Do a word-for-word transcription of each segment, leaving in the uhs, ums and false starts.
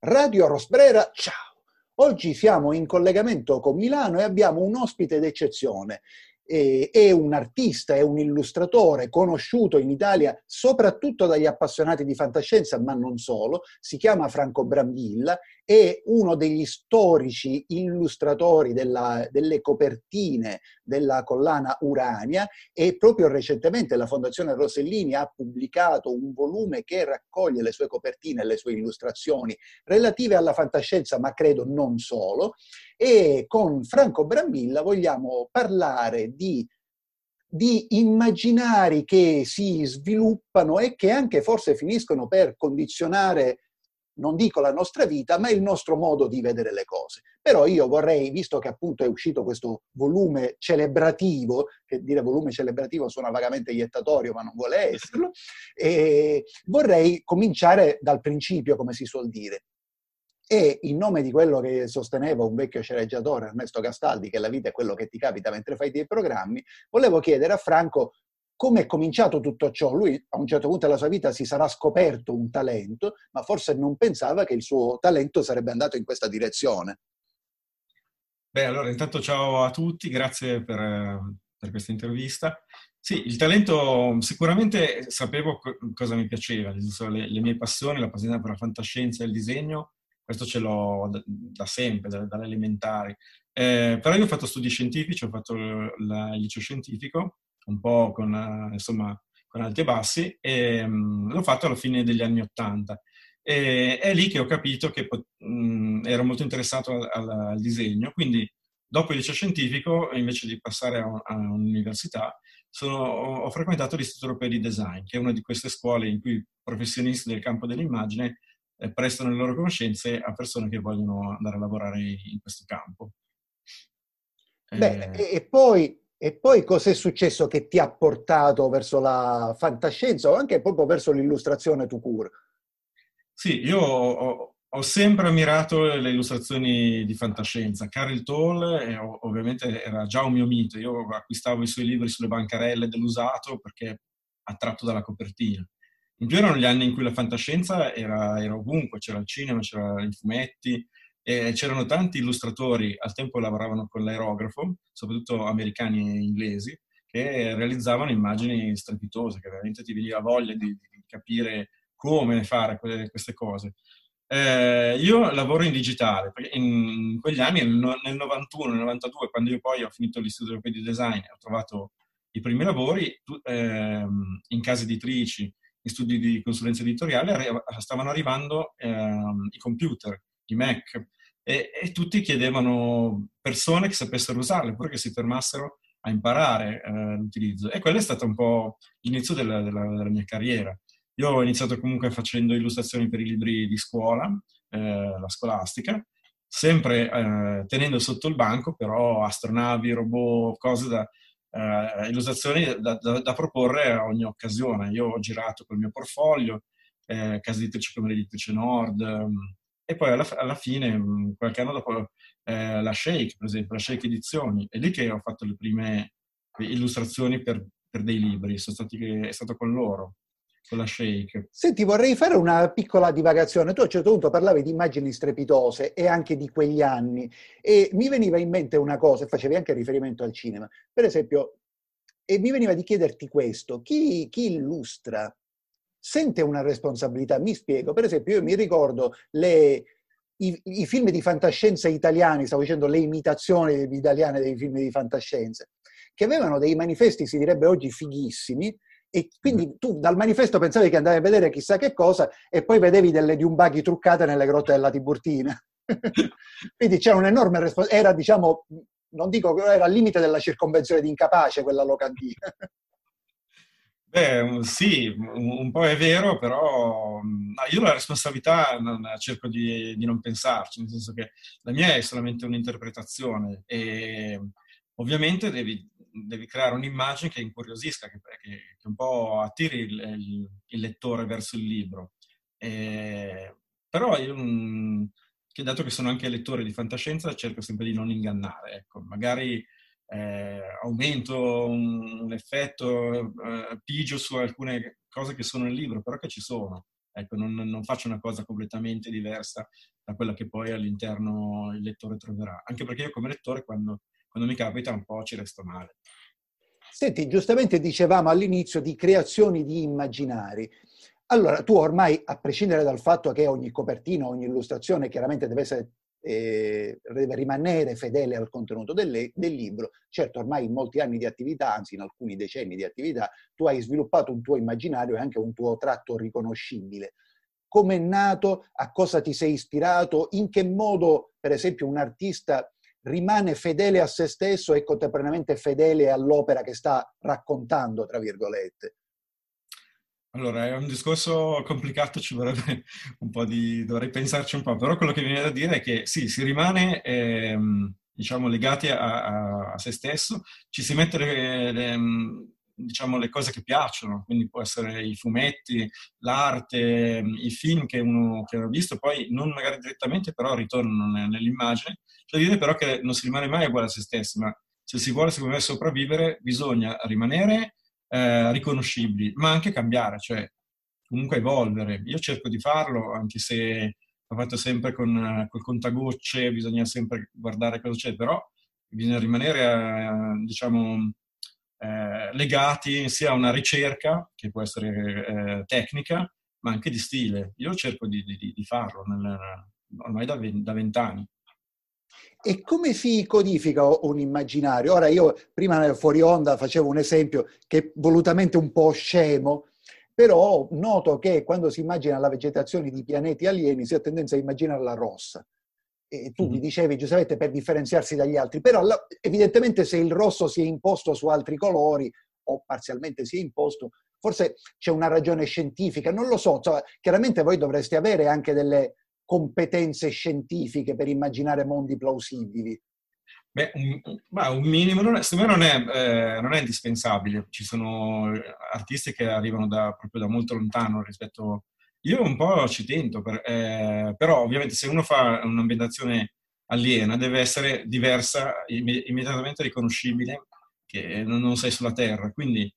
Radio Rosbrera, ciao! Oggi siamo in collegamento con Milano e abbiamo un ospite d'eccezione. Eh, È un artista, è un illustratore conosciuto in Italia soprattutto dagli appassionati di fantascienza, ma non solo. Si chiama Franco Brambilla, è uno degli storici illustratori della- delle copertine della collana Urania e proprio recentemente la Fondazione Rosellini ha pubblicato un volume che raccoglie le sue copertine e le sue illustrazioni relative alla fantascienza, ma credo non solo. E con Franco Brambilla vogliamo parlare di, di immaginari che si sviluppano e che anche forse finiscono per condizionare, non dico la nostra vita, ma il nostro modo di vedere le cose. Però io vorrei, visto che appunto è uscito questo volume celebrativo, che dire volume celebrativo suona vagamente iettatorio, ma non vuole esserlo, e vorrei cominciare dal principio, come si suol dire. E in nome di quello che sosteneva un vecchio sceneggiatore, Ernesto Castaldi, che la vita è quello che ti capita mentre fai dei programmi, volevo chiedere a Franco come è cominciato tutto ciò. Lui a un certo punto della sua vita si sarà scoperto un talento, ma forse non pensava che il suo talento sarebbe andato in questa direzione. Beh, allora intanto ciao a tutti, grazie per, eh, per questa intervista. Sì, il talento sicuramente sapevo co- cosa mi piaceva, nel senso, le, le mie passioni, la passione per la fantascienza e il disegno, questo ce l'ho da, da sempre, da- dalle elementari. Eh, però io ho fatto studi scientifici, ho fatto la- il liceo scientifico, un po' con, eh, insomma, con alti e bassi, e mm, l'ho fatto alla fine degli anni Ottanta. E è lì che ho capito che pot- mh, ero molto interessato al, al- al disegno, quindi dopo il liceo scientifico, invece di passare a, a un'università, sono- ho, ho frequentato l'Istituto Europeo di Design, che è una di queste scuole in cui professionisti del campo dell'immagine eh, prestano le loro conoscenze a persone che vogliono andare a lavorare in questo campo. Beh, Eh, e, e poi, e poi cos'è successo che ti ha portato verso la fantascienza o anche proprio verso l'illustrazione tout court? Sì, io ho, ho sempre ammirato le illustrazioni di fantascienza. Carol Toll, eh, ov- ovviamente, era già un mio mito. Io acquistavo i suoi libri sulle bancarelle dell'usato perché attratto dalla copertina. In più erano gli anni in cui la fantascienza era, era ovunque, c'era il cinema, c'erano i fumetti, e c'erano tanti illustratori, al tempo lavoravano con l'aerografo, soprattutto americani e inglesi, che realizzavano immagini strepitose, che veramente ti veniva voglia di, di capire come fare que- queste cose. Eh, io lavoro in digitale, perché in quegli anni, nel, no- nel novantuno, nel novantadue, quando io poi ho finito l'Istituto Europeo di Design e ho trovato i primi lavori, tu- ehm, in case editrici, in studi di consulenza editoriale, arri- stavano arrivando ehm, i computer, i Mac, e, e tutti chiedevano persone che sapessero usarli, oppure che si fermassero a imparare eh, l'utilizzo. E quello è stato un po' l'inizio della della- della mia carriera. Io ho iniziato comunque facendo illustrazioni per i libri di scuola, eh, la scolastica, sempre eh, tenendo sotto il banco però astronavi, robot, cose da, eh, illustrazioni da, da- da proporre a ogni occasione. Io ho girato col mio portfolio, eh, case editrici come l'editrice Nord, ehm, e poi alla, alla fine, mh, qualche anno dopo, eh, la Shake, per esempio, la Shake Edizioni, è lì che ho fatto le prime illustrazioni per, per dei libri, sono stati, è stato con loro, con la Shake. Senti, vorrei fare una piccola divagazione. Tu a un certo punto parlavi di immagini strepitose e anche di quegli anni e mi veniva in mente una cosa, e facevi anche riferimento al cinema. Per esempio, e mi veniva di chiederti questo, chi, chi illustra sente una responsabilità? Mi spiego. Per esempio, io mi ricordo le, i, i film di fantascienza italiani, stavo dicendo le imitazioni italiane dei film di fantascienza, che avevano dei manifesti, si direbbe oggi, fighissimi, e quindi tu dal manifesto pensavi che andavi a vedere chissà che cosa e poi vedevi delle diumbaghi truccate nelle grotte della Tiburtina. Quindi c'era un'enorme responsabilità, era diciamo, non dico che era al limite della circonvenzione di incapace quella locantina. Beh, sì, un, un po' è vero, però mh, no, io la responsabilità non- cerco di, di non pensarci, nel senso che la mia è solamente un'interpretazione e ovviamente devi, devi creare un'immagine che incuriosisca, che, che- che un po' attiri il, il- il lettore verso il libro. E- però io, mh, che dato che sono anche lettore di fantascienza, cerco sempre di non ingannare, ecco, magari eh, aumento un, un effetto eh, pigio su alcune cose che sono nel libro, però che ci sono. Ecco, non, non faccio una cosa completamente diversa da quella che poi all'interno il lettore troverà. Anche perché io come lettore, quando, quando mi capita, un po' ci resto male. Senti, giustamente dicevamo all'inizio di creazioni di immaginari. Allora, tu ormai, a prescindere dal fatto che ogni copertina, ogni illustrazione chiaramente deve essere, eh, deve rimanere fedele al contenuto del, del libro, certo ormai in molti anni di attività, anzi in alcuni decenni di attività, tu hai sviluppato un tuo immaginario e anche un tuo tratto riconoscibile. Come è nato? A cosa ti sei ispirato? In che modo, per esempio, un artista rimane fedele a se stesso e contemporaneamente fedele all'opera che sta raccontando, tra virgolette? Allora, è un discorso complicato, ci vorrebbe un po' di... dovrei pensarci un po', però quello che viene da dire è che sì, si rimane, ehm, diciamo, legati a, a- a se stesso, ci si mette le, le, diciamo, le cose che piacciono, quindi può essere i fumetti, l'arte, i film che uno che ha visto, poi non magari direttamente, però ritornano ne- nell'immagine. Cioè dire però che non si rimane mai uguale a se stessi, ma se si vuole, secondo me, sopravvivere, bisogna rimanere eh, riconoscibili, ma anche cambiare, cioè comunque evolvere. Io cerco di farlo, anche se l'ho fatto sempre con eh, col contagocce, bisogna sempre guardare cosa c'è, però bisogna rimanere, eh, diciamo, eh, legati sia a una ricerca, che può essere eh, tecnica, ma anche di stile. Io cerco di, di- di farlo nel- ormai da ven- da vent'anni. E come si codifica un immaginario? Ora io prima fuori onda facevo un esempio che è volutamente un po' scemo, però noto che quando si immagina la vegetazione di pianeti alieni si ha tendenza a immaginarla rossa. E tu mi Mhm. dicevi giustamente per differenziarsi dagli altri, però la- evidentemente se il rosso si è imposto su altri colori o parzialmente si è imposto, forse c'è una ragione scientifica, non lo so, cioè, chiaramente voi dovreste avere anche delle competenze scientifiche per immaginare mondi plausibili. Beh, un, ma un minimo, non è- secondo me non è, eh, non è indispensabile. Ci sono eh, artisti che arrivano da, proprio da molto lontano rispetto... Io un po' ci tento, per- eh, però ovviamente se uno fa un'ambientazione aliena deve essere diversa, imme- immediatamente riconoscibile, che non, non sei sulla Terra. Quindi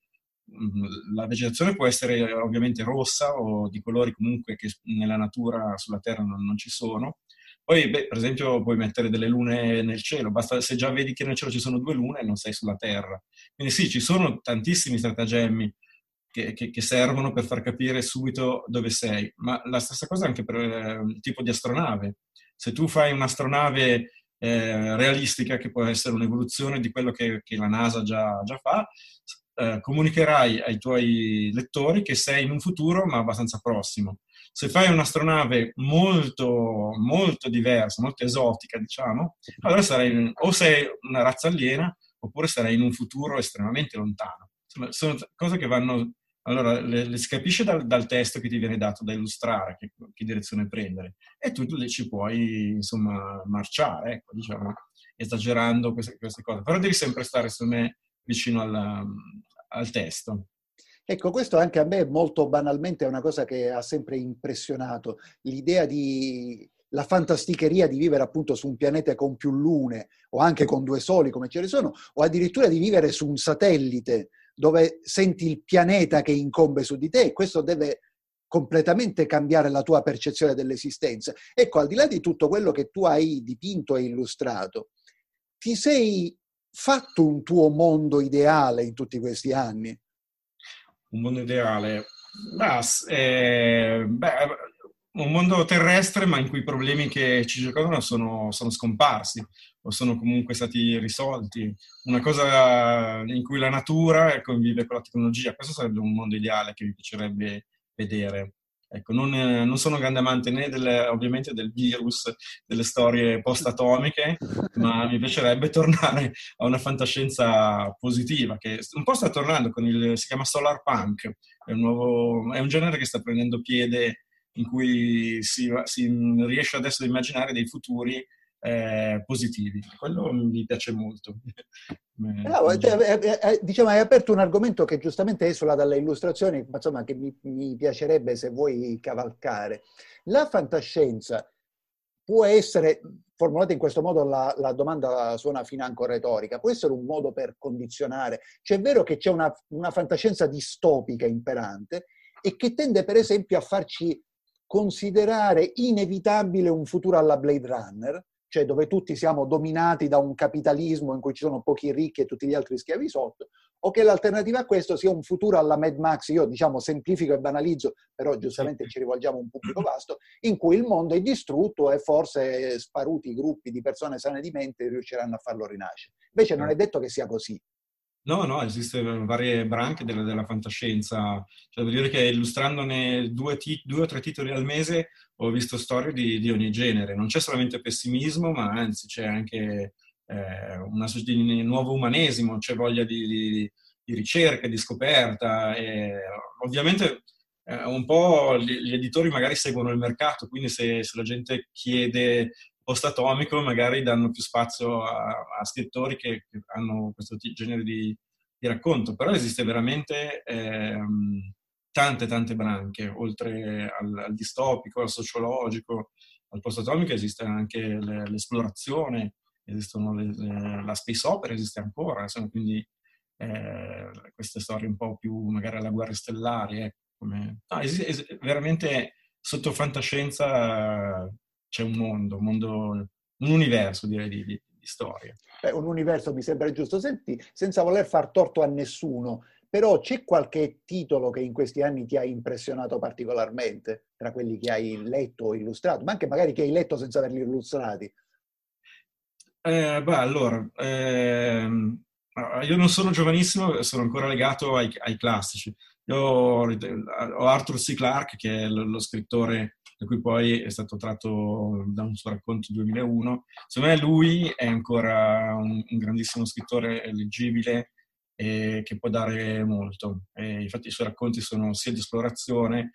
mh, la vegetazione può essere ovviamente rossa o di colori comunque che nella natura sulla Terra non non ci sono. Poi, beh, per esempio, puoi mettere delle lune nel cielo, basta se già vedi che nel cielo ci sono due lune non sei sulla Terra. Quindi sì, ci sono tantissimi stratagemmi che, che- che servono per far capire subito dove sei, ma la stessa cosa anche per eh, il tipo di astronave. Se tu fai un'astronave eh, realistica, che può essere un'evoluzione di quello che, che la NASA già, già fa, eh, comunicherai ai tuoi lettori che sei in un futuro ma abbastanza prossimo. Se fai un'astronave molto, molto diversa, molto esotica, diciamo, allora sarai in- o sei una razza aliena oppure sarai in un futuro estremamente lontano. Insomma, sono t- cose che vanno, allora, le, le si capisce dal, dal testo che ti viene dato da illustrare, che, che direzione prendere, e tu le ci puoi, insomma, marciare, ecco, diciamo, esagerando queste, queste cose. Però devi sempre stare, secondo me, vicino al, al testo. Ecco, questo anche a me molto banalmente è una cosa che ha sempre impressionato, l'idea di la fantasticheria di vivere appunto su un pianeta con più lune o anche con due soli come ce ne sono, o addirittura di vivere su un satellite dove senti il pianeta che incombe su di te e questo deve completamente cambiare la tua percezione dell'esistenza. Ecco, al di là di tutto quello che tu hai dipinto e illustrato, ti sei fatto un tuo mondo ideale in tutti questi anni? Un mondo ideale. Beh, s- eh, beh, un mondo terrestre, ma in cui i problemi che ci circondano sono, sono scomparsi o sono comunque stati risolti. Una cosa in cui la natura convive con la tecnologia. Questo sarebbe un mondo ideale che mi piacerebbe vedere. Ecco, non, eh, non sono grande amante né del, ovviamente del virus, delle storie post-atomiche, ma mi piacerebbe tornare a una fantascienza positiva, che un po' sta tornando con il, si chiama Solar Punk, è un, nuovo, è un genere che sta prendendo piede in cui si, si riesce adesso ad immaginare dei futuri eh, positivi. Quello mi piace molto. come, No, come eh, genere. eh, eh, diciamo, hai aperto un argomento che giustamente esula dalle illustrazioni, ma insomma che mi, mi piacerebbe se vuoi cavalcare. La fantascienza può essere, formulata in questo modo la, la domanda suona financo retorica, può essere un modo per condizionare. Cioè è vero che c'è una, una fantascienza distopica imperante e che tende per esempio a farci considerare inevitabile un futuro alla Blade Runner, cioè dove tutti siamo dominati da un capitalismo in cui ci sono pochi ricchi e tutti gli altri schiavi sotto, o che l'alternativa a questo sia un futuro alla Mad Max, io diciamo semplifico e banalizzo, però giustamente ci rivolgiamo a un pubblico vasto, in cui il mondo è distrutto e forse sparuti gruppi di persone sane di mente riusciranno a farlo rinascere. Invece non è detto che sia così. No, no, esistono varie branche della, della fantascienza. Cioè, devo dire che illustrandone due, tit- due o tre titoli al mese ho visto storie di, di ogni genere. Non c'è solamente pessimismo, ma anzi c'è anche eh, una sorta di nuovo umanesimo, c'è voglia di, di- di ricerca, di scoperta. E, ovviamente eh, un po' gli, gli editori magari seguono il mercato, quindi se, se la gente chiede post-atomico magari danno più spazio a, a scrittori che, che hanno questo t- genere di, di racconto, però esiste veramente ehm, tante tante branche, oltre al, al distopico, al sociologico, al post-atomico esiste anche le, l'esplorazione, esistono le, le, la space opera, esiste ancora, insomma, quindi eh, queste storie un po' più magari alla guerre stellari, ecco, come... no, esiste, es- veramente sotto fantascienza c'è un mondo, un mondo, un universo direi di, di, di storie. Beh, un universo mi sembra giusto. Senti, senza voler far torto a nessuno, però c'è qualche titolo che in questi anni ti ha impressionato particolarmente, tra quelli che hai letto o illustrato, ma anche magari che hai letto senza averli illustrati? Eh, beh, allora, ehm, io non sono giovanissimo, sono ancora legato ai, ai classici. Io ho, ho Arthur C. Clarke, che è lo, lo scrittore da cui poi è stato tratto da un suo racconto duemilauno. Secondo me lui è ancora un, un grandissimo scrittore leggibile e che può dare molto. E infatti i suoi racconti sono sia di esplorazione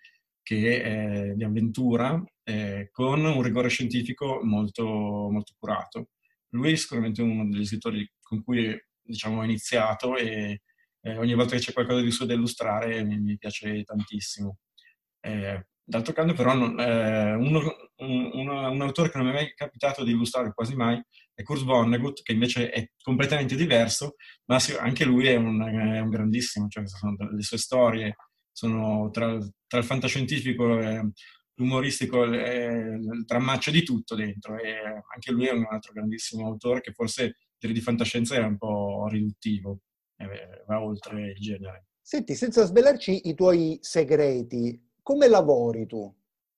che eh, di avventura, eh, con un rigore scientifico molto, molto curato. Lui è sicuramente uno degli scrittori con cui diciamo, ho iniziato e eh, ogni volta che c'è qualcosa di suo da illustrare mi, mi piace tantissimo. Eh, d'altro canto però non, eh, uno, un, uno, un autore che non mi è mai capitato di illustrare quasi mai è Kurt Vonnegut, che invece è completamente diverso, ma anche lui è un, è un grandissimo, cioè sono, le sue storie sono tra, tra il fantascientifico e l'umoristico, eh, il trammaccio di tutto dentro, e anche lui è un altro grandissimo autore che forse dire di fantascienza è un po' riduttivo, eh, va oltre il genere. Senti, senza svelarci i tuoi segreti, come lavori tu?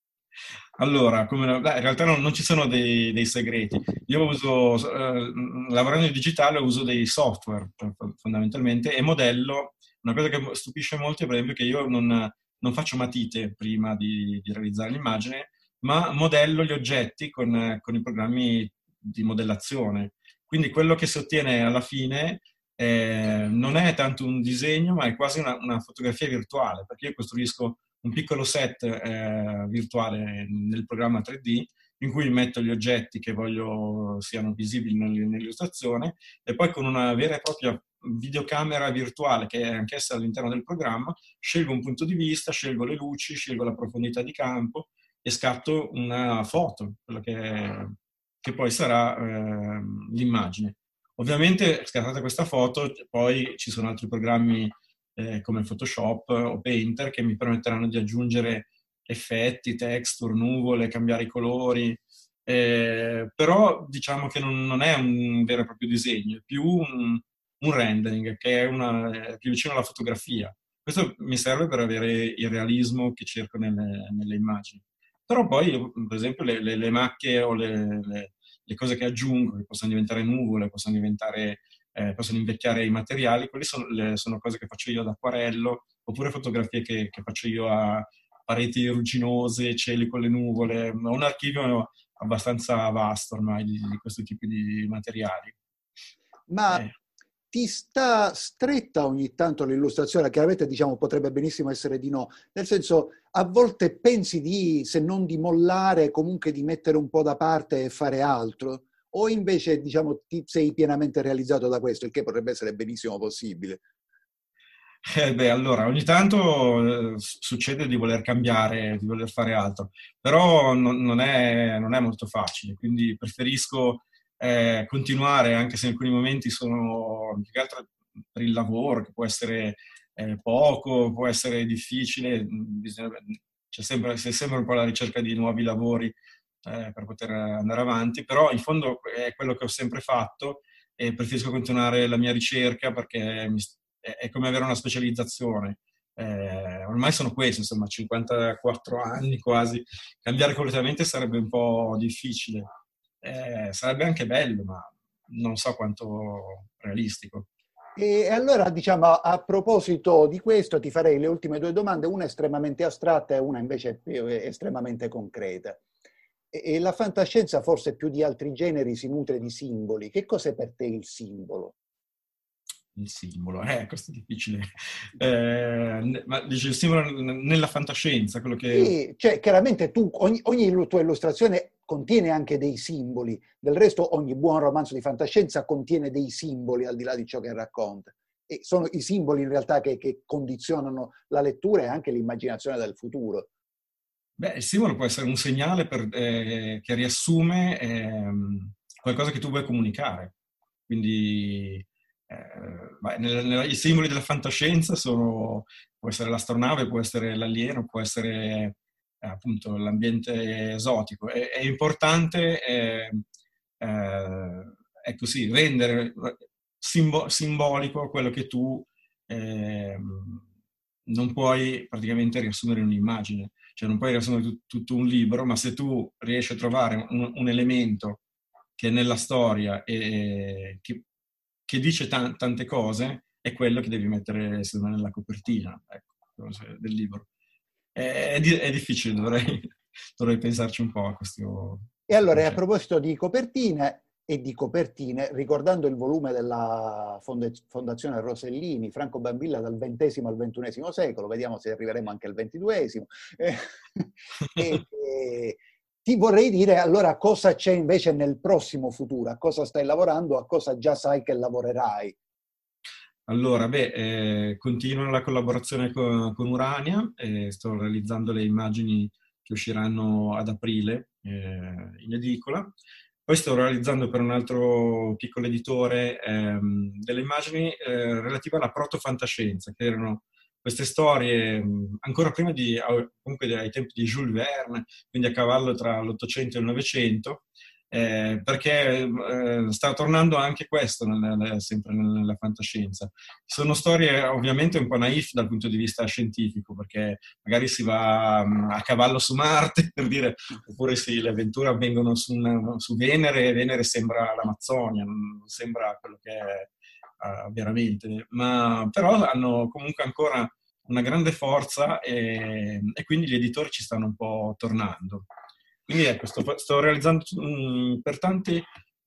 Allora, come, beh, in realtà non, non ci sono dei, dei segreti. Io uso, eh, lavorando in digitale, uso dei software fondamentalmente e modello. Una cosa che stupisce molto è per esempio che io non, non faccio matite prima di, di realizzare l'immagine, ma modello gli oggetti con, con i programmi di modellazione. Quindi quello che si ottiene alla fine eh, non è tanto un disegno, ma è quasi una, una fotografia virtuale, perché io costruisco un piccolo set eh, virtuale nel programma tre D in cui metto gli oggetti che voglio siano visibili nell'illustrazione e poi con una vera e propria videocamera virtuale che è anch'essa all'interno del programma scelgo un punto di vista, scelgo le luci, scelgo la profondità di campo e scatto una foto, quello che, che poi sarà eh, l'immagine. Ovviamente scattata questa foto poi ci sono altri programmi eh, come Photoshop o Painter che mi permetteranno di aggiungere effetti, texture, nuvole, cambiare i colori, eh, però diciamo che non, non, è un vero e proprio disegno, è più un, un rendering che è, una, è più vicino alla fotografia. Questo mi serve per avere il realismo che cerco nelle, nelle immagini. Però poi, per esempio, le, le, le macchie o le, le, le cose che aggiungo, che possono diventare nuvole, possono diventare eh, possono invecchiare i materiali, quelle sono, le, sono cose che faccio io ad acquarello, oppure fotografie che, che faccio io a pareti rugginose, cieli con le nuvole. Ho un archivio abbastanza vasto ormai di, di questo tipo di materiali. Ma Eh. ti sta stretta ogni tanto l'illustrazione? Chiaramente diciamo potrebbe benissimo essere di no, nel senso a volte pensi di, se non di mollare, comunque di mettere un po' da parte e fare altro? O invece diciamo ti sei pienamente realizzato da questo, il che potrebbe essere benissimo possibile? Eh beh, allora, ogni tanto eh, succede di voler cambiare, di voler fare altro, però non, non è, non è molto facile, quindi preferisco eh, continuare, anche se in alcuni momenti sono più che altro per il lavoro, che può essere eh, poco, può essere difficile, bisogna- c'è sempre, sei sempre un po' alla ricerca di nuovi lavori eh, per poter andare avanti, però in fondo è quello che ho sempre fatto e preferisco continuare la mia ricerca perché mi, è, è come avere una specializzazione. Eh, ormai sono questo, insomma, cinquantaquattro anni quasi, cambiare completamente sarebbe un po' difficile. Eh, sarebbe anche bello, ma non so quanto realistico. E allora, diciamo, a, a proposito di questo, ti farei le ultime due domande, una estremamente astratta e una invece più- estremamente concreta. E, e la fantascienza, forse più di altri generi, si nutre di simboli. Che cos'è per te il simbolo? Il simbolo, eh, questo è difficile. Eh, ma dici il simbolo nella fantascienza, quello che... Sì, cioè chiaramente tu, ogni, ogni tua illustrazione contiene anche dei simboli, del resto ogni buon romanzo di fantascienza contiene dei simboli al di là di ciò che racconta. E sono i simboli in realtà che, che condizionano la lettura e anche l'immaginazione del futuro. Beh, il simbolo può essere un segnale per, eh, che riassume ehm, qualcosa che tu vuoi comunicare. Quindi eh, beh, nel- nel- i simboli della fantascienza sono, può essere l'astronave, può essere l'alieno, può essere eh, appunto l'ambiente esotico. È, è importante, eh, eh, ecco sì, rendere simbo- simbolico quello che tu ehm, non puoi praticamente riassumere in un'immagine. Cioè non puoi riassumere tut- tutto un libro, ma se tu riesci a trovare un, un elemento che è nella storia e che, che dice tan- tante cose, è quello che devi mettere secondo me, nella copertina, ecco, del libro. È, è di- è difficile, dovrei, dovrei pensarci un po' a questo, E questo allora, a concetto. proposito di copertine e di copertine, ricordando il volume della Fonde- Fondazione Rosellini, Franco Bambilla dal ventesimo al ventunesimo secolo, vediamo se arriveremo anche al ventiduesimo, eh, e, e ti vorrei dire allora cosa c'è invece nel prossimo futuro, a cosa stai lavorando, a cosa già sai che lavorerai. Allora, beh, eh, continua la collaborazione con, con Urania, e sto realizzando le immagini che usciranno ad aprile eh, in edicola. Poi sto realizzando per un altro piccolo editore ehm, delle immagini eh, relative alla proto-fantascienza, che erano queste storie mh, ancora prima di, comunque ai tempi di Jules Verne, quindi a cavallo tra l'Ottocento e il Novecento, eh, perché eh, sta tornando anche questo nel, nel, sempre nella fantascienza. Sono storie ovviamente un po' naif dal punto di vista scientifico, perché magari si va um, a cavallo su Marte, per dire, oppure sì, le avventure avvengono su, una, su Venere, e Venere sembra l'Amazzonia, non sembra quello che è uh, veramente, ma però hanno comunque ancora una grande forza e, e quindi gli editori ci stanno un po' tornando. Quindi ecco, sto, sto realizzando mh, per tanti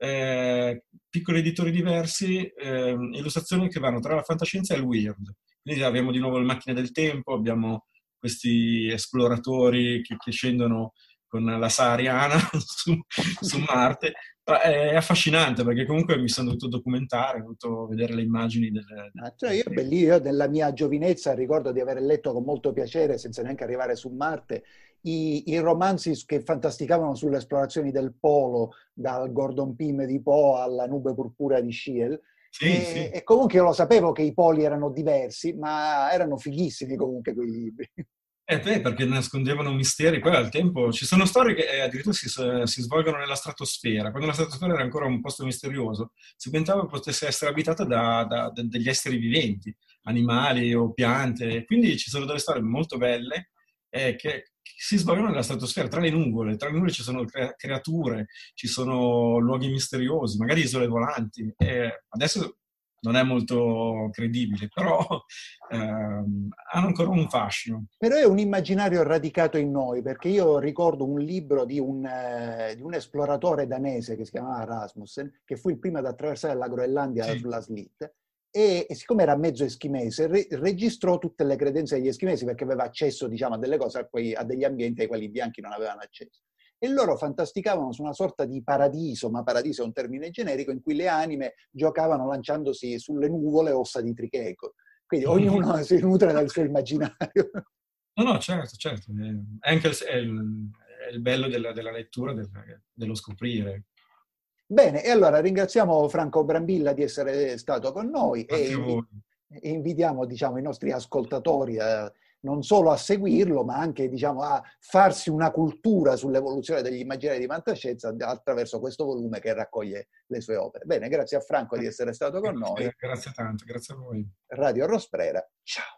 eh, piccoli editori diversi eh, illustrazioni che vanno tra la fantascienza e il weird. Quindi abbiamo di nuovo le macchine del tempo, abbiamo questi esploratori che, che scendono con la Sahariana su, su Marte. È affascinante perché comunque mi sono dovuto documentare, ho dovuto vedere le immagini delle, Ah, cioè delle... io, beh, lì, io nella mia giovinezza ricordo di aver letto con molto piacere, senza neanche arrivare su Marte, i, i romanzi che fantasticavano sulle esplorazioni del polo, dal Gordon Pym di Poe alla Nube purpurea di Schiele. Sì, E, sì. e comunque io lo sapevo che i poli erano diversi, ma erano fighissimi comunque quei libri. Eh beh, perché nascondevano misteri. Poi al tempo ci sono storie che eh, addirittura si, si svolgono nella stratosfera. Quando la stratosfera era ancora un posto misterioso, si pensava potesse essere abitata da, da- da- degli esseri viventi, animali o piante. Quindi ci sono delle storie molto belle eh, che, che si svolgono nella stratosfera, tra le nuvole. Tra le nuvole ci sono cre- creature, ci sono luoghi misteriosi, magari isole volanti. E adesso non è molto credibile, però ehm, hanno ancora un fascino. Però è un immaginario radicato in noi, perché io ricordo un libro di un, eh, di un esploratore danese che si chiamava Rasmussen, che fu il primo ad attraversare la Groenlandia Sì, sulla slitta, e, e siccome era mezzo eschimese, re- registrò tutte le credenze degli eschimesi perché aveva accesso, diciamo, a delle cose, a, quei- a degli ambienti ai quali i bianchi non avevano accesso. E loro fantasticavano su una sorta di paradiso, ma paradiso è un termine generico, in cui le anime giocavano lanciandosi sulle nuvole ossa di tricheco. Quindi ognuno si nutre dal suo immaginario. no, no, certo, certo. È anche il, è il, è il bello della, della lettura, del- dello scoprire. Bene, e allora ringraziamo Franco Brambilla di essere stato con noi Grazie e, a invi- voi. e invitiamo, diciamo, i nostri ascoltatori a non solo a seguirlo, ma anche, diciamo, a farsi una cultura sull'evoluzione degli immaginari di fantascienza attraverso questo volume che raccoglie le sue opere. Bene, grazie a Franco di essere stato con noi. Grazie, grazie tanto, grazie a voi. Radio Rosprera, ciao.